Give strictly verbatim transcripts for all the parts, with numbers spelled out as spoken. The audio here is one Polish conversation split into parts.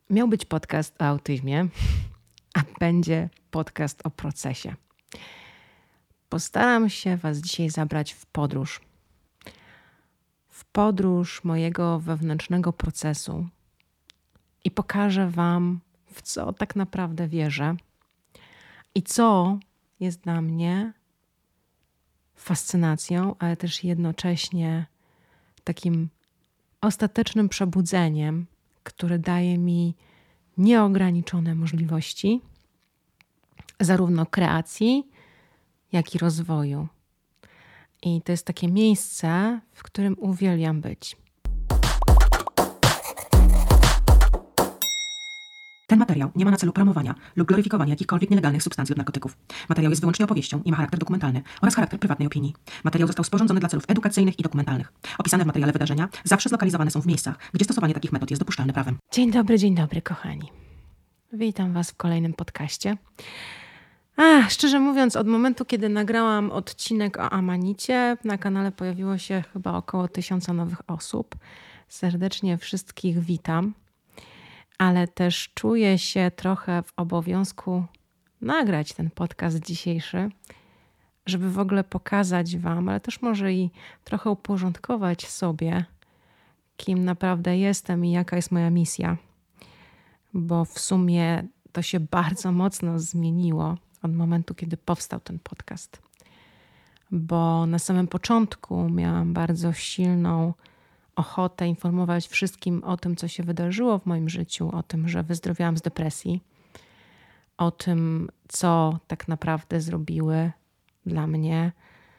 Miał być podcast o autyzmie, a będzie podcast o procesie. Postaram się Was dzisiaj zabrać w podróż. W podróż mojego wewnętrznego procesu i pokażę Wam, w co tak naprawdę wierzę i co jest dla mnie fascynacją, ale też jednocześnie takim ostatecznym przebudzeniem, które daje mi nieograniczone możliwości zarówno kreacji, jak i rozwoju. I to jest takie miejsce, w którym uwielbiam być. Ten materiał nie ma na celu promowania lub gloryfikowania jakichkolwiek nielegalnych substancji lub narkotyków. Materiał jest wyłącznie opowieścią i ma charakter dokumentalny oraz charakter prywatnej opinii. Materiał został sporządzony dla celów edukacyjnych i dokumentalnych. Opisane w materiale wydarzenia zawsze zlokalizowane są w miejscach, gdzie stosowanie takich metod jest dopuszczalne prawem. Dzień dobry, dzień dobry, kochani. Witam Was w kolejnym podcaście. A, szczerze mówiąc, od momentu, kiedy nagrałam odcinek o Amanicie, na kanale pojawiło się chyba około tysiąca nowych osób. Serdecznie wszystkich witam, ale też czuję się trochę w obowiązku nagrać ten podcast dzisiejszy, żeby w ogóle pokazać Wam, ale też może i trochę uporządkować sobie, kim naprawdę jestem i jaka jest moja misja. Bo w sumie to się bardzo mocno zmieniło od momentu, kiedy powstał ten podcast. Bo na samym początku miałam bardzo silną ochotę informować wszystkim o tym, co się wydarzyło w moim życiu, o tym, że wyzdrowiałam z depresji, o tym, co tak naprawdę zrobiły dla mnie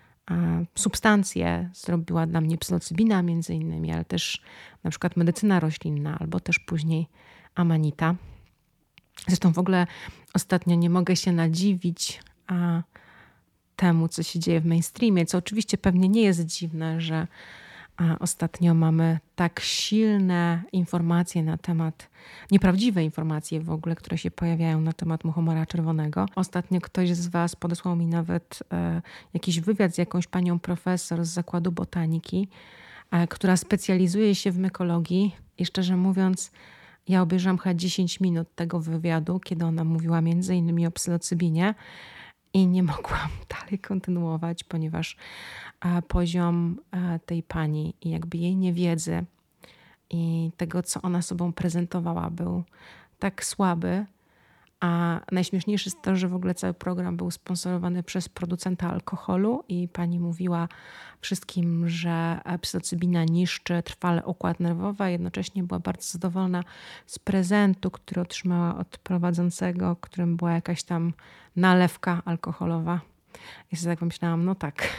substancje. Zrobiła dla mnie psylocybina między innymi, ale też na przykład medycyna roślinna, albo też później amanita. Zresztą w ogóle ostatnio nie mogę się nadziwić a, temu, co się dzieje w mainstreamie, co oczywiście pewnie nie jest dziwne, że a, ostatnio mamy tak silne informacje na temat, nieprawdziwe informacje w ogóle, które się pojawiają na temat muchomora czerwonego. Ostatnio ktoś z Was podesłał mi nawet e, jakiś wywiad z jakąś panią profesor z Zakładu Botaniki, e, która specjalizuje się w mykologii i szczerze mówiąc, ja obejrzałam chyba dziesięć minut tego wywiadu, kiedy ona mówiła między innymi o psylocybinie i nie mogłam dalej kontynuować, ponieważ poziom tej pani i jakby jej niewiedzy i tego, co ona sobą prezentowała, był tak słaby, a najśmieszniejsze jest to, że w ogóle cały program był sponsorowany przez producenta alkoholu i pani mówiła wszystkim, że psylocybina niszczy trwale układ nerwowy, a jednocześnie była bardzo zadowolona z prezentu, który otrzymała od prowadzącego, którym była jakaś tam nalewka alkoholowa. I sobie tak pomyślałam, no tak,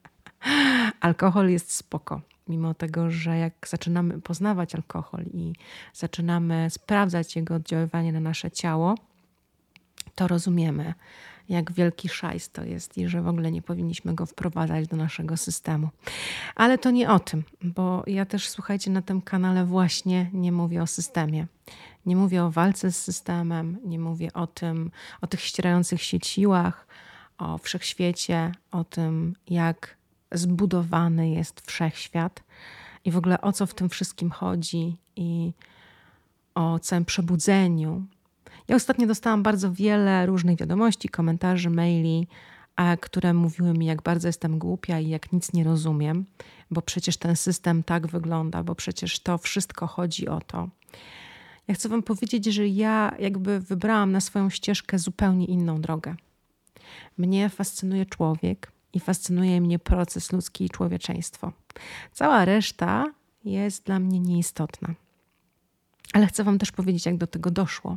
alkohol jest spoko. Mimo tego, że jak zaczynamy poznawać alkohol i zaczynamy sprawdzać jego oddziaływanie na nasze ciało, to rozumiemy, jak wielki szajs to jest i że w ogóle nie powinniśmy go wprowadzać do naszego systemu. Ale to nie o tym, bo ja też, słuchajcie, na tym kanale właśnie nie mówię o systemie. Nie mówię o walce z systemem, nie mówię o tym, o tych ścierających się siłach, o wszechświecie, o tym, jak zbudowany jest wszechświat i w ogóle o co w tym wszystkim chodzi i o całym przebudzeniu. Ja ostatnio dostałam bardzo wiele różnych wiadomości, komentarzy, maili, które mówiły mi, jak bardzo jestem głupia i jak nic nie rozumiem, bo przecież ten system tak wygląda, bo przecież to wszystko chodzi o to. Ja chcę Wam powiedzieć, że ja jakby wybrałam na swoją ścieżkę zupełnie inną drogę. Mnie fascynuje człowiek i fascynuje mnie proces ludzki i człowieczeństwo. Cała reszta jest dla mnie nieistotna. Ale chcę Wam też powiedzieć, jak do tego doszło.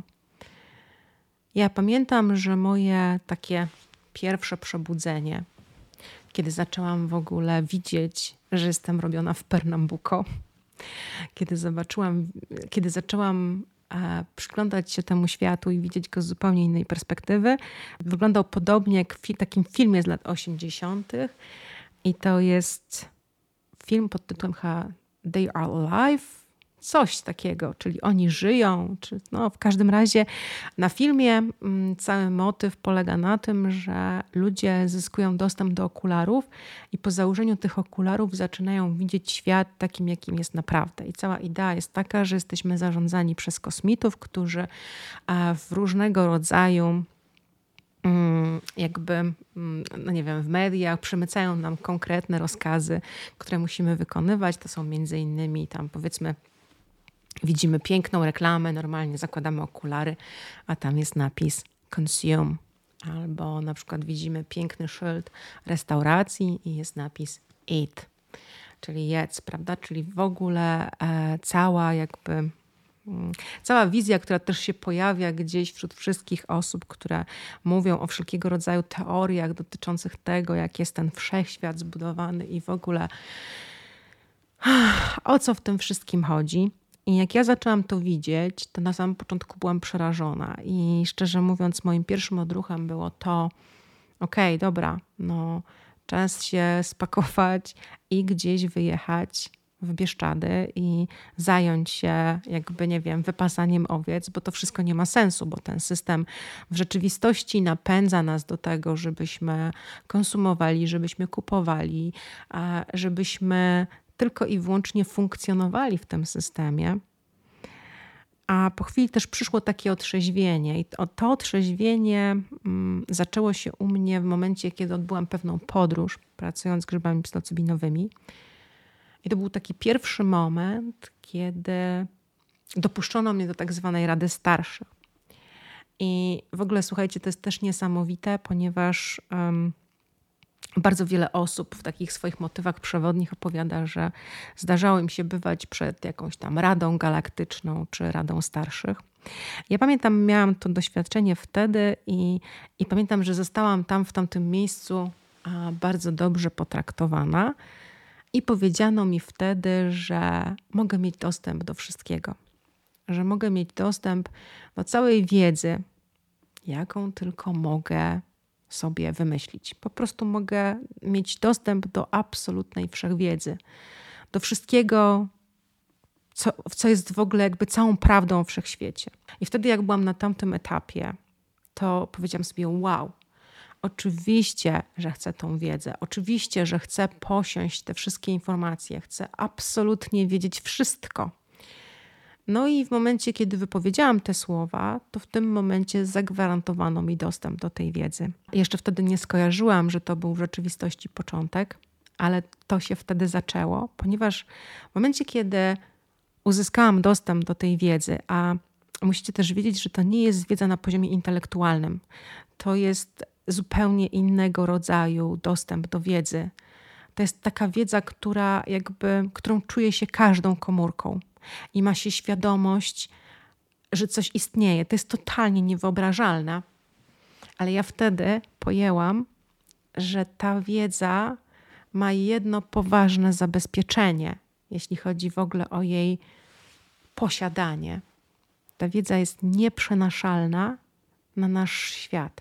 Ja pamiętam, że moje takie pierwsze przebudzenie, kiedy zaczęłam w ogóle widzieć, że jestem robiona w Pernambuco, kiedy zobaczyłam, kiedy zaczęłam e, przyglądać się temu światu i widzieć go z zupełnie innej perspektywy, wyglądał podobnie jak w takim filmie z lat osiemdziesiątych i to jest film pod tytułem They Are Alive coś takiego, czyli oni żyją, czy no w każdym razie na filmie cały motyw polega na tym, że ludzie zyskują dostęp do okularów i po założeniu tych okularów zaczynają widzieć świat takim, jakim jest naprawdę. I cała idea jest taka, że jesteśmy zarządzani przez kosmitów, którzy w różnego rodzaju jakby, no nie wiem, w mediach przemycają nam konkretne rozkazy, które musimy wykonywać. To są między innymi tam powiedzmy widzimy piękną reklamę, normalnie zakładamy okulary, a tam jest napis consume. Albo na przykład widzimy piękny szyld restauracji i jest napis eat, czyli jedz, prawda? Czyli w ogóle e, cała jakby Cała wizja, która też się pojawia gdzieś wśród wszystkich osób, które mówią o wszelkiego rodzaju teoriach dotyczących tego, jak jest ten wszechświat zbudowany i w ogóle o co w tym wszystkim chodzi. I jak ja zaczęłam to widzieć, to na samym początku byłam przerażona i szczerze mówiąc moim pierwszym odruchem było to, okej, okay, dobra, no czas się spakować i gdzieś wyjechać w Bieszczady i zająć się jakby, nie wiem, wypasaniem owiec, bo to wszystko nie ma sensu, bo ten system w rzeczywistości napędza nas do tego, żebyśmy konsumowali, żebyśmy kupowali, żebyśmy tylko i wyłącznie funkcjonowali w tym systemie. A po chwili też przyszło takie otrzeźwienie i to, to otrzeźwienie mm, zaczęło się u mnie w momencie, kiedy odbyłam pewną podróż, pracując z grzybami psylocybinowymi. I to był taki pierwszy moment, kiedy dopuszczono mnie do tak zwanej Rady Starszych. I w ogóle, słuchajcie, to jest też niesamowite, ponieważ um, bardzo wiele osób w takich swoich motywach przewodnich opowiada, że zdarzało im się bywać przed jakąś tam Radą Galaktyczną czy Radą Starszych. Ja pamiętam, miałam to doświadczenie wtedy i, i pamiętam, że zostałam tam w tamtym miejscu a, bardzo dobrze potraktowana. I powiedziano mi wtedy, że mogę mieć dostęp do wszystkiego. Że mogę mieć dostęp do całej wiedzy, jaką tylko mogę sobie wymyślić. Po prostu mogę mieć dostęp do absolutnej wszechwiedzy. Do wszystkiego, co, co jest w ogóle jakby całą prawdą o wszechświecie. I wtedy jak byłam na tamtym etapie, to powiedziałam sobie wow. Oczywiście, że chcę tą wiedzę. Oczywiście, że chcę posiąść te wszystkie informacje. Chcę absolutnie wiedzieć wszystko. No i w momencie, kiedy wypowiedziałam te słowa, to w tym momencie zagwarantowano mi dostęp do tej wiedzy. Jeszcze wtedy nie skojarzyłam, że to był w rzeczywistości początek, ale to się wtedy zaczęło, ponieważ w momencie, kiedy uzyskałam dostęp do tej wiedzy, a musicie też wiedzieć, że to nie jest wiedza na poziomie intelektualnym. To jest zupełnie innego rodzaju dostęp do wiedzy. To jest taka wiedza, która jakby, którą czuje się każdą komórką i ma się świadomość, że coś istnieje. To jest totalnie niewyobrażalne. Ale ja wtedy pojęłam, że ta wiedza ma jedno poważne zabezpieczenie, jeśli chodzi w ogóle o jej posiadanie. Ta wiedza jest nieprzenaszalna na nasz świat.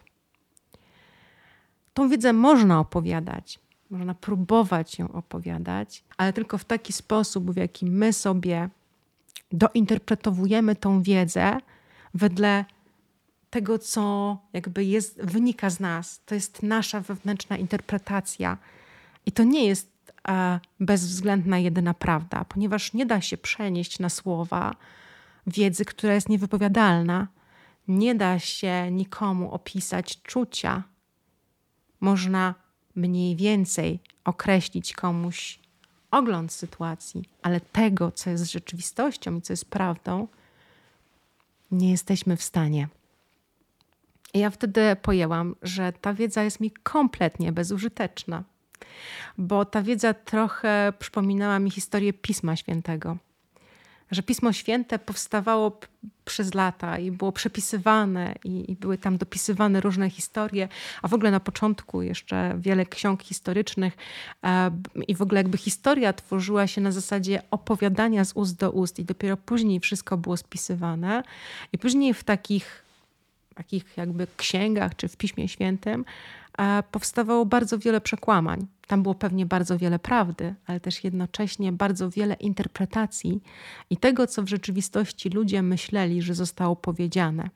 Tą wiedzę można opowiadać, można próbować ją opowiadać, ale tylko w taki sposób, w jaki my sobie dointerpretowujemy tą wiedzę wedle tego, co jakby jest, wynika z nas. To jest nasza wewnętrzna interpretacja. I to nie jest e, bezwzględna jedyna prawda, ponieważ nie da się przenieść na słowa wiedzy, która jest niewypowiadalna. Nie da się nikomu opisać czucia. Można mniej więcej określić komuś ogląd sytuacji, ale tego, co jest rzeczywistością i co jest prawdą, nie jesteśmy w stanie. I ja wtedy pojęłam, że ta wiedza jest mi kompletnie bezużyteczna, bo ta wiedza trochę przypominała mi historię Pisma Świętego. Że Pismo Święte powstawało p- przez lata i było przepisywane i, i były tam dopisywane różne historie, a w ogóle na początku jeszcze wiele ksiąg historycznych e, i w ogóle jakby historia tworzyła się na zasadzie opowiadania z ust do ust i dopiero później wszystko było spisywane i później w takich takich jakby księgach czy w Piśmie Świętym powstawało bardzo wiele przekłamań. Tam było pewnie bardzo wiele prawdy, ale też jednocześnie bardzo wiele interpretacji i tego, co w rzeczywistości ludzie myśleli, że zostało powiedziane.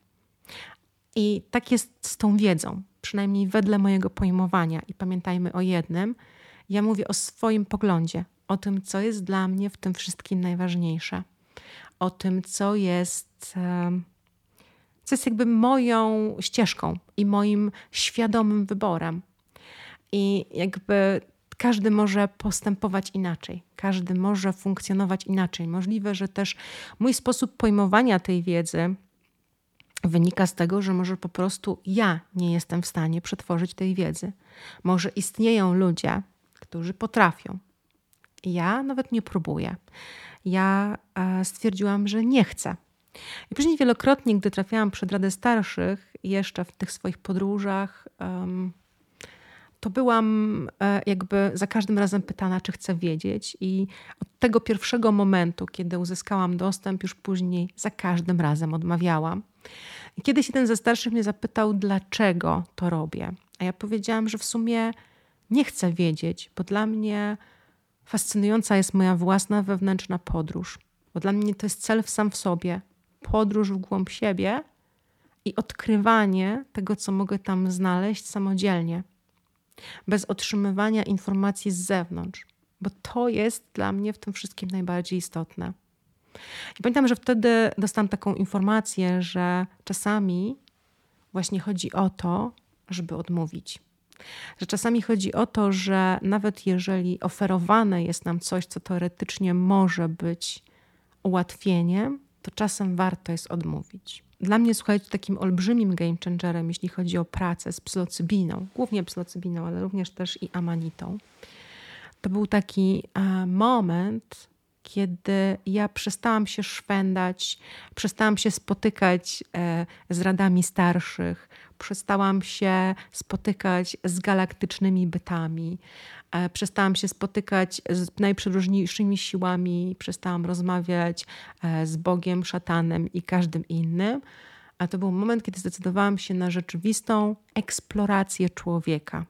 I tak jest z tą wiedzą, przynajmniej wedle mojego pojmowania. I pamiętajmy o jednym, ja mówię o swoim poglądzie, o tym, co jest dla mnie w tym wszystkim najważniejsze. O tym, co jest, co jest jakby moją ścieżką i moim świadomym wyborem. I jakby każdy może postępować inaczej. Każdy może funkcjonować inaczej. Możliwe, że też mój sposób pojmowania tej wiedzy wynika z tego, że może po prostu ja nie jestem w stanie przetworzyć tej wiedzy. Może istnieją ludzie, którzy potrafią. Ja nawet nie próbuję. Ja stwierdziłam, że nie chcę. I później wielokrotnie, gdy trafiałam przed Radę Starszych, jeszcze w tych swoich podróżach, to byłam jakby za każdym razem pytana, czy chcę wiedzieć. I od tego pierwszego momentu, kiedy uzyskałam dostęp, już później za każdym razem odmawiałam. I kiedyś jeden ze starszych mnie zapytał, dlaczego to robię. A ja powiedziałam, że w sumie nie chcę wiedzieć, bo dla mnie fascynująca jest moja własna wewnętrzna podróż. Bo dla mnie to jest cel sam w sobie. Podróż w głąb siebie i odkrywanie tego, co mogę tam znaleźć samodzielnie. Bez otrzymywania informacji z zewnątrz. Bo to jest dla mnie w tym wszystkim najbardziej istotne. I pamiętam, że wtedy dostałam taką informację, że czasami właśnie chodzi o to, żeby odmówić. Że czasami chodzi o to, że nawet jeżeli oferowane jest nam coś, co teoretycznie może być ułatwieniem, to czasem warto jest odmówić. Dla mnie, słuchajcie, takim olbrzymim game changerem, jeśli chodzi o pracę z psylocybiną, głównie psylocybiną, ale również też i amanitą, to był taki e, moment, kiedy ja przestałam się szwendać, przestałam się spotykać e, z radami starszych, przestałam się spotykać z galaktycznymi bytami, e, przestałam się spotykać z najprzeróżniejszymi siłami, przestałam rozmawiać e, z Bogiem, szatanem i każdym innym. A to był moment, kiedy zdecydowałam się na rzeczywistą eksplorację człowieka.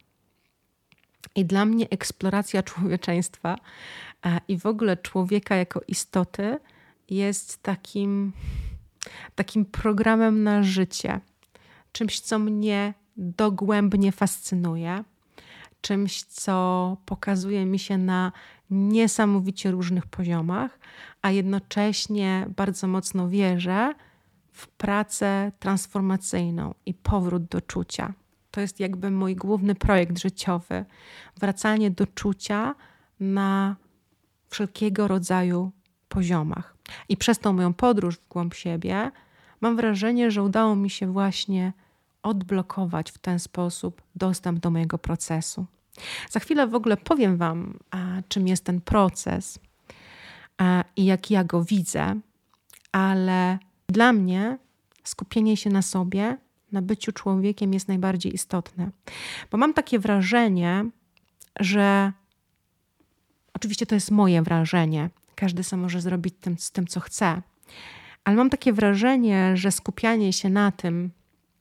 I dla mnie eksploracja człowieczeństwa i w ogóle człowieka jako istoty jest takim, takim programem na życie. Czymś, co mnie dogłębnie fascynuje. Czymś, co pokazuje mi się na niesamowicie różnych poziomach, a jednocześnie bardzo mocno wierzę w pracę transformacyjną i powrót do czucia. To jest jakby mój główny projekt życiowy. Wracanie do czucia na wszelkiego rodzaju poziomach. I przez tą moją podróż w głąb siebie mam wrażenie, że udało mi się właśnie odblokować w ten sposób dostęp do mojego procesu. Za chwilę w ogóle powiem wam, a, czym jest ten proces a, i jak ja go widzę, ale dla mnie skupienie się na sobie, na byciu człowiekiem jest najbardziej istotne. Bo mam takie wrażenie, że oczywiście to jest moje wrażenie. Każdy sam może zrobić tym, z tym, co chce. Ale mam takie wrażenie, że skupianie się na tym,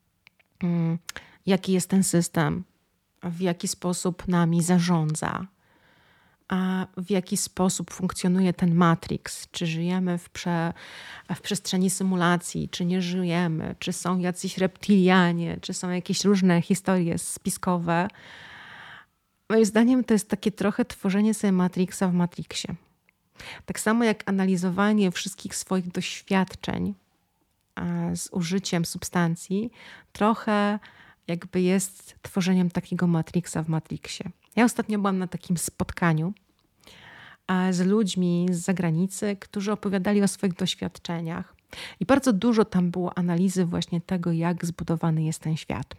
jaki jest ten system, w jaki sposób nami zarządza, a w jaki sposób funkcjonuje ten Matrix, czy żyjemy w, prze, w przestrzeni symulacji, czy nie żyjemy, czy są jacyś reptilianie, czy są jakieś różne historie spiskowe. Moim zdaniem to jest takie trochę tworzenie sobie Matrixa w Matrixie. Tak samo jak analizowanie wszystkich swoich doświadczeń z użyciem substancji, trochę jakby jest tworzeniem takiego Matrixa w Matrixie. Ja ostatnio byłam na takim spotkaniu z ludźmi z zagranicy, którzy opowiadali o swoich doświadczeniach. I bardzo dużo tam było analizy właśnie tego, jak zbudowany jest ten świat.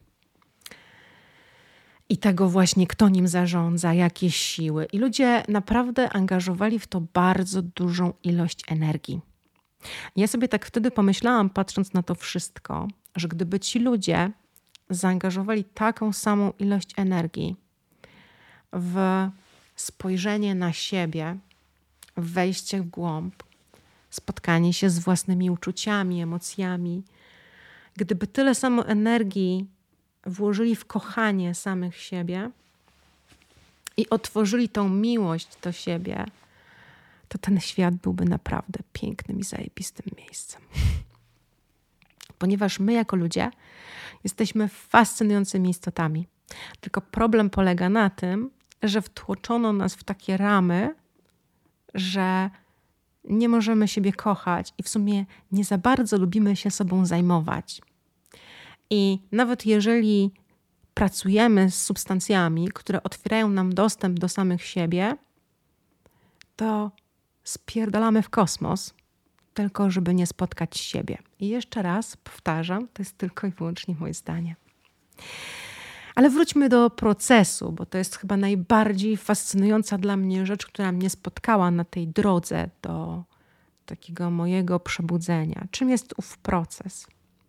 I tego właśnie, kto nim zarządza, jakie siły. I ludzie naprawdę angażowali w to bardzo dużą ilość energii. I ja sobie tak wtedy pomyślałam, patrząc na to wszystko, że gdyby ci ludzie zaangażowali taką samą ilość energii w spojrzenie na siebie, w wejście w głąb, spotkanie się z własnymi uczuciami, emocjami, gdyby tyle samo energii włożyli w kochanie samych siebie i otworzyli tą miłość do siebie, to ten świat byłby naprawdę pięknym i zajebistym miejscem. Ponieważ my jako ludzie jesteśmy fascynującymi istotami. Tylko problem polega na tym, że wtłoczono nas w takie ramy, że nie możemy siebie kochać i w sumie nie za bardzo lubimy się sobą zajmować. I nawet jeżeli pracujemy z substancjami, które otwierają nam dostęp do samych siebie, to spierdalamy w kosmos, tylko żeby nie spotkać siebie. I jeszcze raz powtarzam, to jest tylko i wyłącznie moje zdanie. Ale wróćmy do procesu, bo to jest chyba najbardziej fascynująca dla mnie rzecz, która mnie spotkała na tej drodze do takiego mojego przebudzenia. Czym jest ów proces?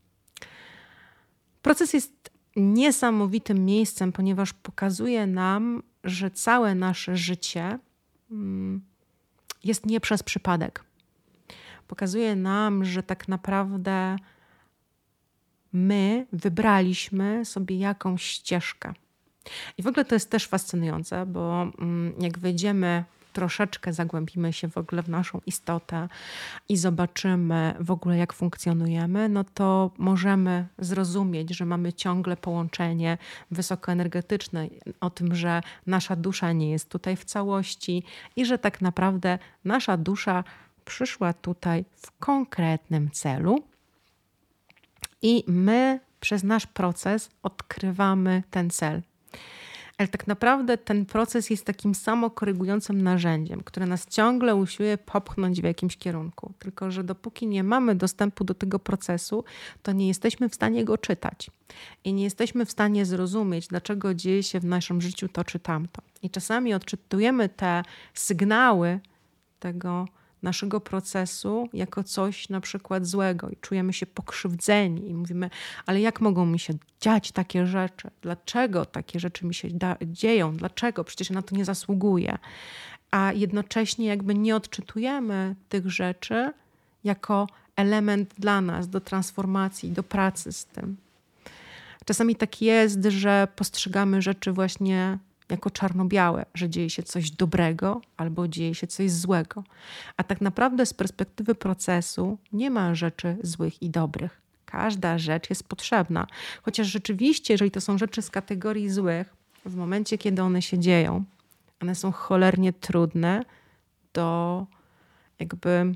Proces jest niesamowitym miejscem, ponieważ pokazuje nam, że całe nasze życie jest nie przez przypadek. Pokazuje nam, że tak naprawdę my wybraliśmy sobie jakąś ścieżkę. I w ogóle to jest też fascynujące, bo jak wejdziemy, troszeczkę zagłębimy się w ogóle w naszą istotę i zobaczymy w ogóle, jak funkcjonujemy, no to możemy zrozumieć, że mamy ciągle połączenie wysokoenergetyczne o tym, że nasza dusza nie jest tutaj w całości i że tak naprawdę nasza dusza przyszła tutaj w konkretnym celu i my przez nasz proces odkrywamy ten cel. Ale tak naprawdę ten proces jest takim samokorygującym narzędziem, które nas ciągle usiłuje popchnąć w jakimś kierunku. Tylko że dopóki nie mamy dostępu do tego procesu, to nie jesteśmy w stanie go czytać. I nie jesteśmy w stanie zrozumieć, dlaczego dzieje się w naszym życiu to czy tamto. I czasami odczytujemy te sygnały tego naszego procesu jako coś na przykład złego i czujemy się pokrzywdzeni i mówimy, ale jak mogą mi się dziać takie rzeczy? Dlaczego takie rzeczy mi się da- dzieją? Dlaczego? Przecież ja na to nie zasługuję. A jednocześnie jakby nie odczytujemy tych rzeczy jako element dla nas do transformacji, do pracy z tym. Czasami tak jest, że postrzegamy rzeczy właśnie jako czarno-białe, że dzieje się coś dobrego albo dzieje się coś złego. A tak naprawdę z perspektywy procesu nie ma rzeczy złych i dobrych. Każda rzecz jest potrzebna. Chociaż rzeczywiście, jeżeli to są rzeczy z kategorii złych, w momencie, kiedy one się dzieją, one są cholernie trudne do jakby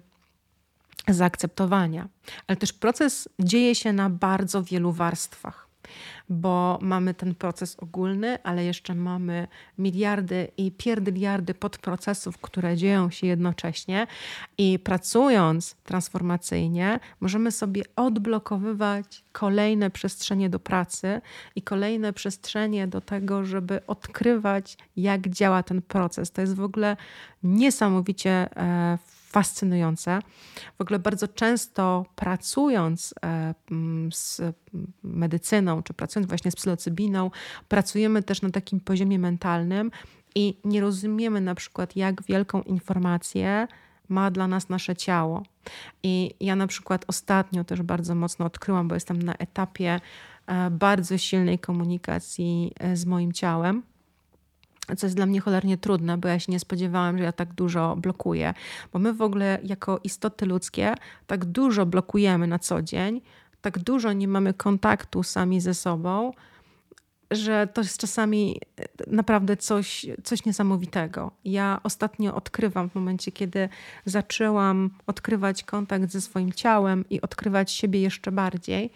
zaakceptowania. Ale też proces dzieje się na bardzo wielu warstwach. Bo mamy ten proces ogólny, ale jeszcze mamy miliardy i pierdyliardy podprocesów, które dzieją się jednocześnie i pracując transformacyjnie możemy sobie odblokowywać kolejne przestrzenie do pracy i kolejne przestrzenie do tego, żeby odkrywać, jak działa ten proces. To jest w ogóle niesamowicie e, fascynujące. W ogóle bardzo często pracując z medycyną, czy pracując właśnie z psylocybiną, pracujemy też na takim poziomie mentalnym i nie rozumiemy na przykład, jak wielką informację ma dla nas nasze ciało. I ja na przykład ostatnio też bardzo mocno odkryłam, bo jestem na etapie bardzo silnej komunikacji z moim ciałem, co jest dla mnie cholernie trudne, bo ja się nie spodziewałam, że ja tak dużo blokuję. Bo my w ogóle jako istoty ludzkie tak dużo blokujemy na co dzień, tak dużo nie mamy kontaktu sami ze sobą, że to jest czasami naprawdę coś, coś niesamowitego. Ja ostatnio odkrywam w momencie, kiedy zaczęłam odkrywać kontakt ze swoim ciałem i odkrywać siebie jeszcze bardziej,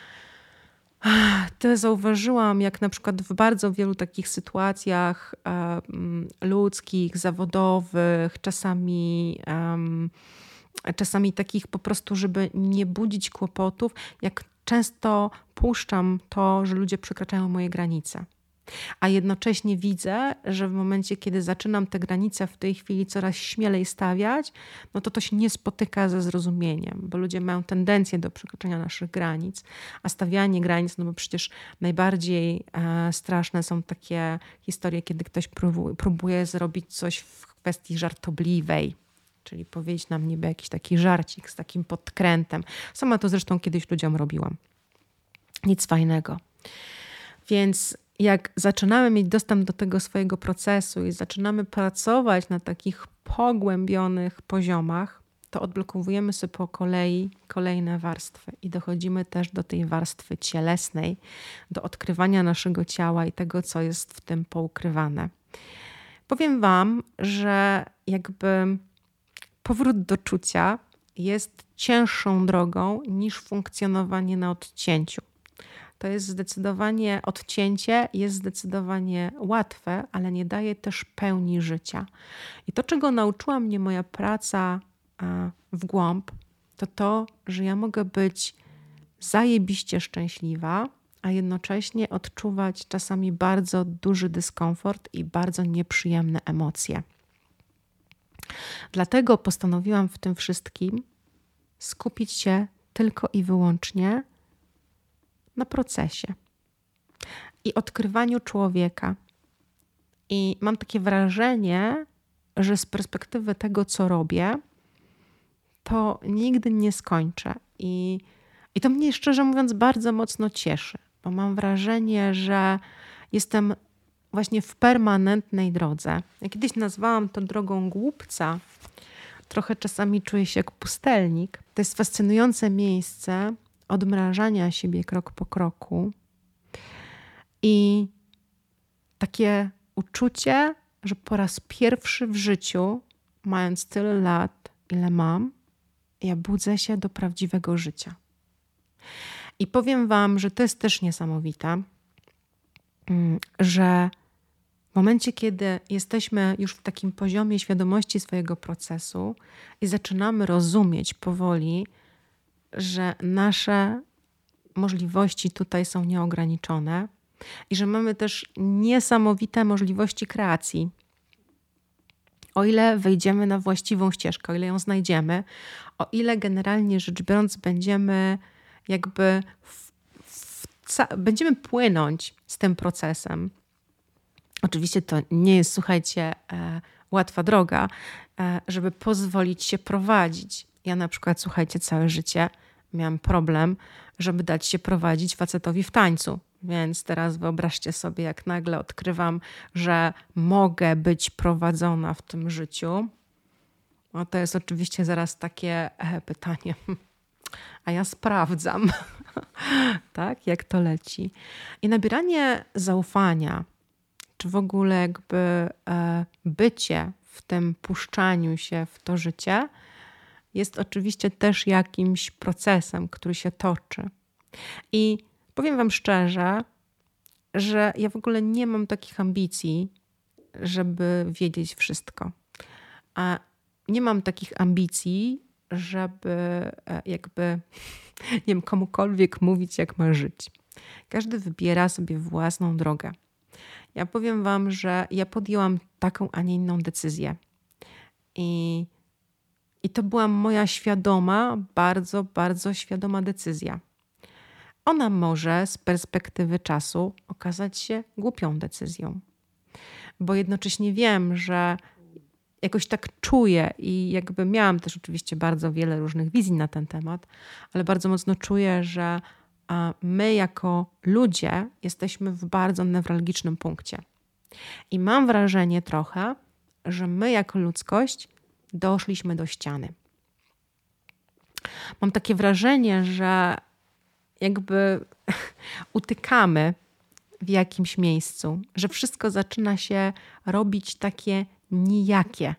to zauważyłam, jak na przykład w bardzo wielu takich sytuacjach um, ludzkich, zawodowych, czasami, um, czasami takich po prostu, żeby nie budzić kłopotów, jak często puszczam to, że ludzie przekraczają moje granice. A jednocześnie widzę, że w momencie, kiedy zaczynam te granice w tej chwili coraz śmielej stawiać, no to to się nie spotyka ze zrozumieniem, bo ludzie mają tendencję do przekroczenia naszych granic, a stawianie granic, no bo przecież najbardziej e, straszne są takie historie, kiedy ktoś próbuje, próbuje zrobić coś w kwestii żartobliwej, czyli powiedzieć nam niby jakiś taki żarcik z takim podkrętem. Sama to zresztą kiedyś ludziom robiłam. Nic fajnego. Więc jak zaczynamy mieć dostęp do tego swojego procesu i zaczynamy pracować na takich pogłębionych poziomach, to odblokowujemy sobie po kolei kolejne warstwy i dochodzimy też do tej warstwy cielesnej, do odkrywania naszego ciała i tego, co jest w tym poukrywane. Powiem wam, że jakby powrót do czucia jest cięższą drogą niż funkcjonowanie na odcięciu. To jest zdecydowanie, odcięcie jest zdecydowanie łatwe, ale nie daje też pełni życia. I to, czego nauczyła mnie moja praca w głąb, to to, że ja mogę być zajebiście szczęśliwa, a jednocześnie odczuwać czasami bardzo duży dyskomfort i bardzo nieprzyjemne emocje. Dlatego postanowiłam w tym wszystkim skupić się tylko i wyłącznie na procesie i odkrywaniu człowieka. I mam takie wrażenie, że z perspektywy tego, co robię, to nigdy nie skończę. I, i to mnie, szczerze mówiąc, bardzo mocno cieszy, bo mam wrażenie, że jestem właśnie w permanentnej drodze. Ja kiedyś nazwałam to drogą głupca. Trochę czasami czuję się jak pustelnik. To jest fascynujące miejsce odmrażania siebie krok po kroku i takie uczucie, że po raz pierwszy w życiu, mając tyle lat, ile mam, ja budzę się do prawdziwego życia. I powiem wam, że to jest też niesamowite, że w momencie, kiedy jesteśmy już w takim poziomie świadomości swojego procesu i zaczynamy rozumieć powoli, że nasze możliwości tutaj są nieograniczone i że mamy też niesamowite możliwości kreacji. O ile wejdziemy na właściwą ścieżkę, o ile ją znajdziemy, o ile generalnie rzecz biorąc będziemy jakby w, w, będziemy płynąć z tym procesem. Oczywiście to nie jest, słuchajcie, e, łatwa droga, e, żeby pozwolić się prowadzić. Ja na przykład, słuchajcie, całe życie miałam problem, żeby dać się prowadzić facetowi w tańcu. Więc teraz wyobraźcie sobie, jak nagle odkrywam, że mogę być prowadzona w tym życiu. No to jest oczywiście zaraz takie e, pytanie. A ja sprawdzam, tak, jak to leci. I nabieranie zaufania, czy w ogóle jakby e, bycie w tym puszczaniu się w to życie, jest oczywiście też jakimś procesem, który się toczy. I powiem wam szczerze, że ja w ogóle nie mam takich ambicji, żeby wiedzieć wszystko. A nie mam takich ambicji, żeby jakby, nie wiem, komukolwiek mówić, jak ma żyć. Każdy wybiera sobie własną drogę. Ja powiem wam, że ja podjęłam taką, a nie inną decyzję. I I to była moja świadoma, bardzo, bardzo świadoma decyzja. Ona może z perspektywy czasu okazać się głupią decyzją. Bo jednocześnie wiem, że jakoś tak czuję i jakby miałam też oczywiście bardzo wiele różnych wizji na ten temat, ale bardzo mocno czuję, że my jako ludzie jesteśmy w bardzo newralgicznym punkcie. I mam wrażenie trochę, że my jako ludzkość doszliśmy do ściany. Mam takie wrażenie, że jakby utykamy w jakimś miejscu, że wszystko zaczyna się robić takie nijakie,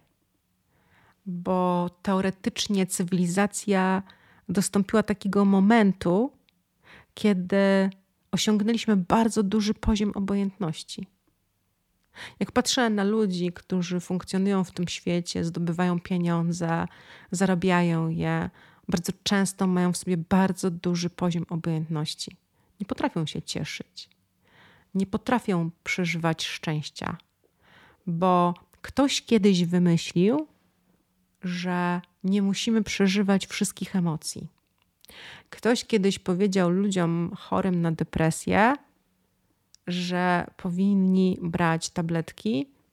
bo teoretycznie cywilizacja dostąpiła takiego momentu, kiedy osiągnęliśmy bardzo duży poziom obojętności. Jak patrzę na ludzi, którzy funkcjonują w tym świecie, zdobywają pieniądze, zarabiają je, bardzo często mają w sobie bardzo duży poziom obojętności. Nie potrafią się cieszyć. Nie potrafią przeżywać szczęścia, bo ktoś kiedyś wymyślił, że nie musimy przeżywać wszystkich emocji. Ktoś kiedyś powiedział ludziom chorym na depresję, że powinni brać tabletki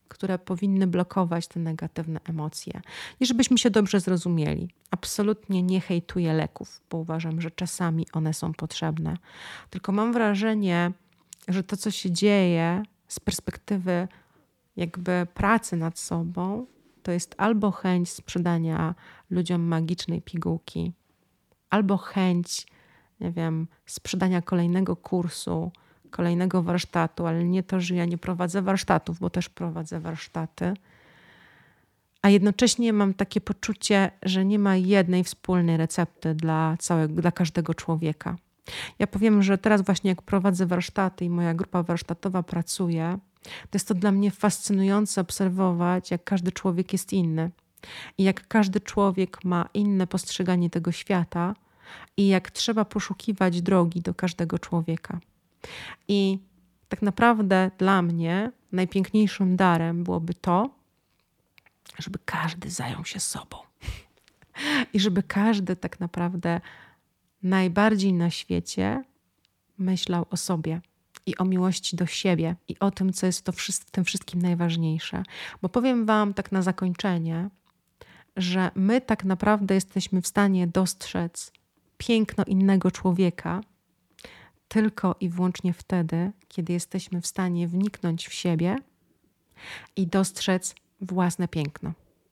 które powinny blokować te negatywne emocje. I żebyśmy się dobrze zrozumieli. Absolutnie nie hejtuję leków, bo uważam, że czasami one są potrzebne. Tylko mam wrażenie, że to, co się dzieje z perspektywy jakby pracy nad sobą, to jest albo chęć sprzedania ludziom magicznej pigułki, albo chęć, nie wiem, sprzedania kolejnego kursu, kolejnego warsztatu, ale nie to, że ja nie prowadzę warsztatów, bo też prowadzę warsztaty, a jednocześnie mam takie poczucie, że nie ma jednej wspólnej recepty dla całego, dla każdego człowieka. Ja powiem, że teraz właśnie jak prowadzę warsztaty i moja grupa warsztatowa pracuje, to jest to dla mnie fascynujące obserwować, jak każdy człowiek jest inny i jak każdy człowiek ma inne postrzeganie tego świata i jak trzeba poszukiwać drogi do każdego człowieka. I tak naprawdę dla mnie najpiękniejszym darem byłoby to, żeby każdy zajął się sobą. I żeby każdy tak naprawdę najbardziej na świecie myślał o sobie i o miłości do siebie i o tym, co jest to w tym wszystkim najważniejsze. Bo powiem wam tak na zakończenie, że my tak naprawdę jesteśmy w stanie dostrzec piękno innego człowieka tylko i wyłącznie wtedy, kiedy jesteśmy w stanie wniknąć w siebie i dostrzec własne piękno.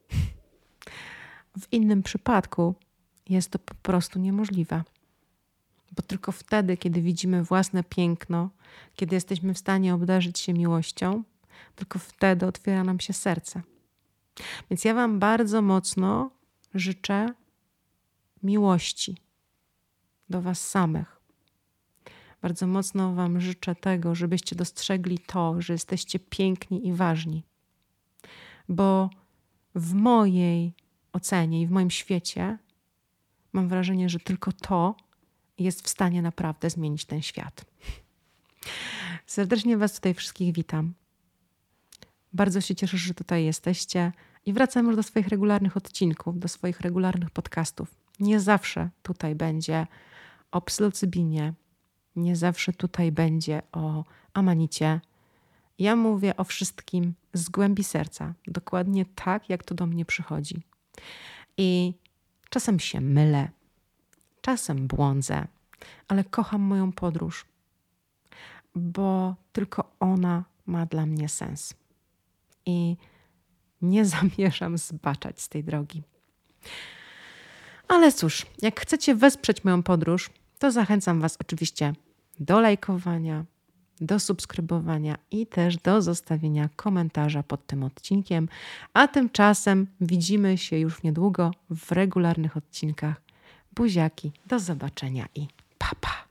W innym przypadku jest to po prostu niemożliwe. Bo tylko wtedy, kiedy widzimy własne piękno, kiedy jesteśmy w stanie obdarzyć się miłością, tylko wtedy otwiera nam się serce. Więc ja wam bardzo mocno życzę miłości do was samych. Bardzo mocno wam życzę tego, żebyście dostrzegli to, że jesteście piękni i ważni. Bo w mojej ocenie i w moim świecie mam wrażenie, że tylko to jest w stanie naprawdę zmienić ten świat. Serdecznie was tutaj wszystkich witam. Bardzo się cieszę, że tutaj jesteście i wracam już do swoich regularnych odcinków, do swoich regularnych podcastów. Nie zawsze tutaj będzie o psylocybinie, nie zawsze tutaj będzie o amanicie. Ja mówię o wszystkim z głębi serca, dokładnie tak, jak to do mnie przychodzi. I czasem się mylę, czasem błądzę, ale kocham moją podróż, bo tylko ona ma dla mnie sens. I nie zamierzam zbaczać z tej drogi. Ale cóż, jak chcecie wesprzeć moją podróż, to zachęcam was oczywiście do lajkowania, do subskrybowania i też do zostawienia komentarza pod tym odcinkiem. A tymczasem widzimy się już niedługo w regularnych odcinkach. Buziaki, do zobaczenia i pa pa!